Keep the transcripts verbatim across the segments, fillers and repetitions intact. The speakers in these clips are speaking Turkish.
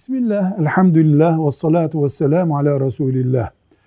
Bismillah, elhamdülillah, ve salatu ve selamu ala Resulillah.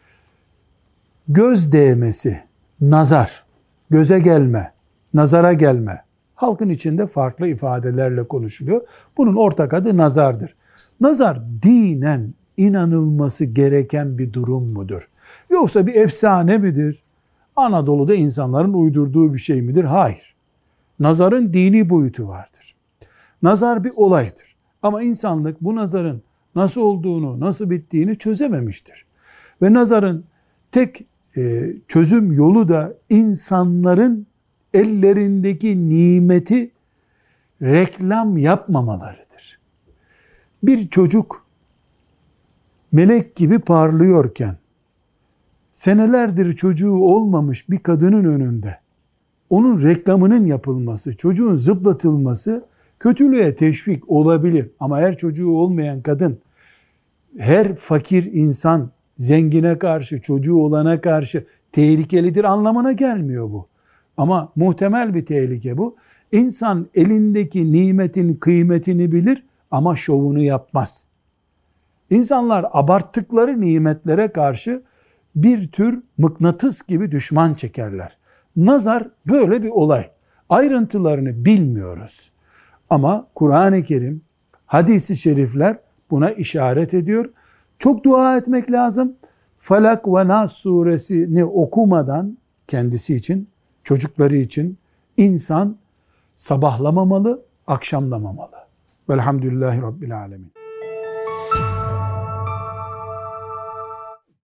Göz değmesi, nazar, göze gelme, nazara gelme, halkın içinde farklı ifadelerle konuşuluyor. Bunun ortak adı nazardır. Nazar dinen inanılması gereken bir durum mudur? Yoksa bir efsane midir? Anadolu'da insanların uydurduğu bir şey midir? Hayır. Nazarın dini boyutu vardır. Nazar bir olaydır. Ama insanlık bu nazarın nasıl olduğunu, nasıl bittiğini çözememiştir. Ve nazarın tek e, çözüm yolu da insanların ellerindeki nimeti reklam yapmamalarıdır. Bir çocuk melek gibi parlıyorken, senelerdir çocuğu olmamış bir kadının önünde onun reklamının yapılması, çocuğun zıplatılması kötülüğe teşvik olabilir. Ama her çocuğu olmayan kadın, her fakir insan zengine karşı, çocuğu olana karşı tehlikelidir anlamına gelmiyor bu. Ama muhtemel bir tehlike bu. İnsan elindeki nimetin kıymetini bilir ama şovunu yapmaz. İnsanlar abarttıkları nimetlere karşı bir tür mıknatıs gibi düşman çekerler. Nazar böyle bir olay. Ayrıntılarını bilmiyoruz. Ama Kur'an-ı Kerim, hadis-i şerifler buna işaret ediyor. Çok dua etmek lazım. Falak ve Nas suresini okumadan kendisi için, çocukları için insan sabahlamamalı, akşamlamamalı. Velhamdülillahi Rabbil alemin.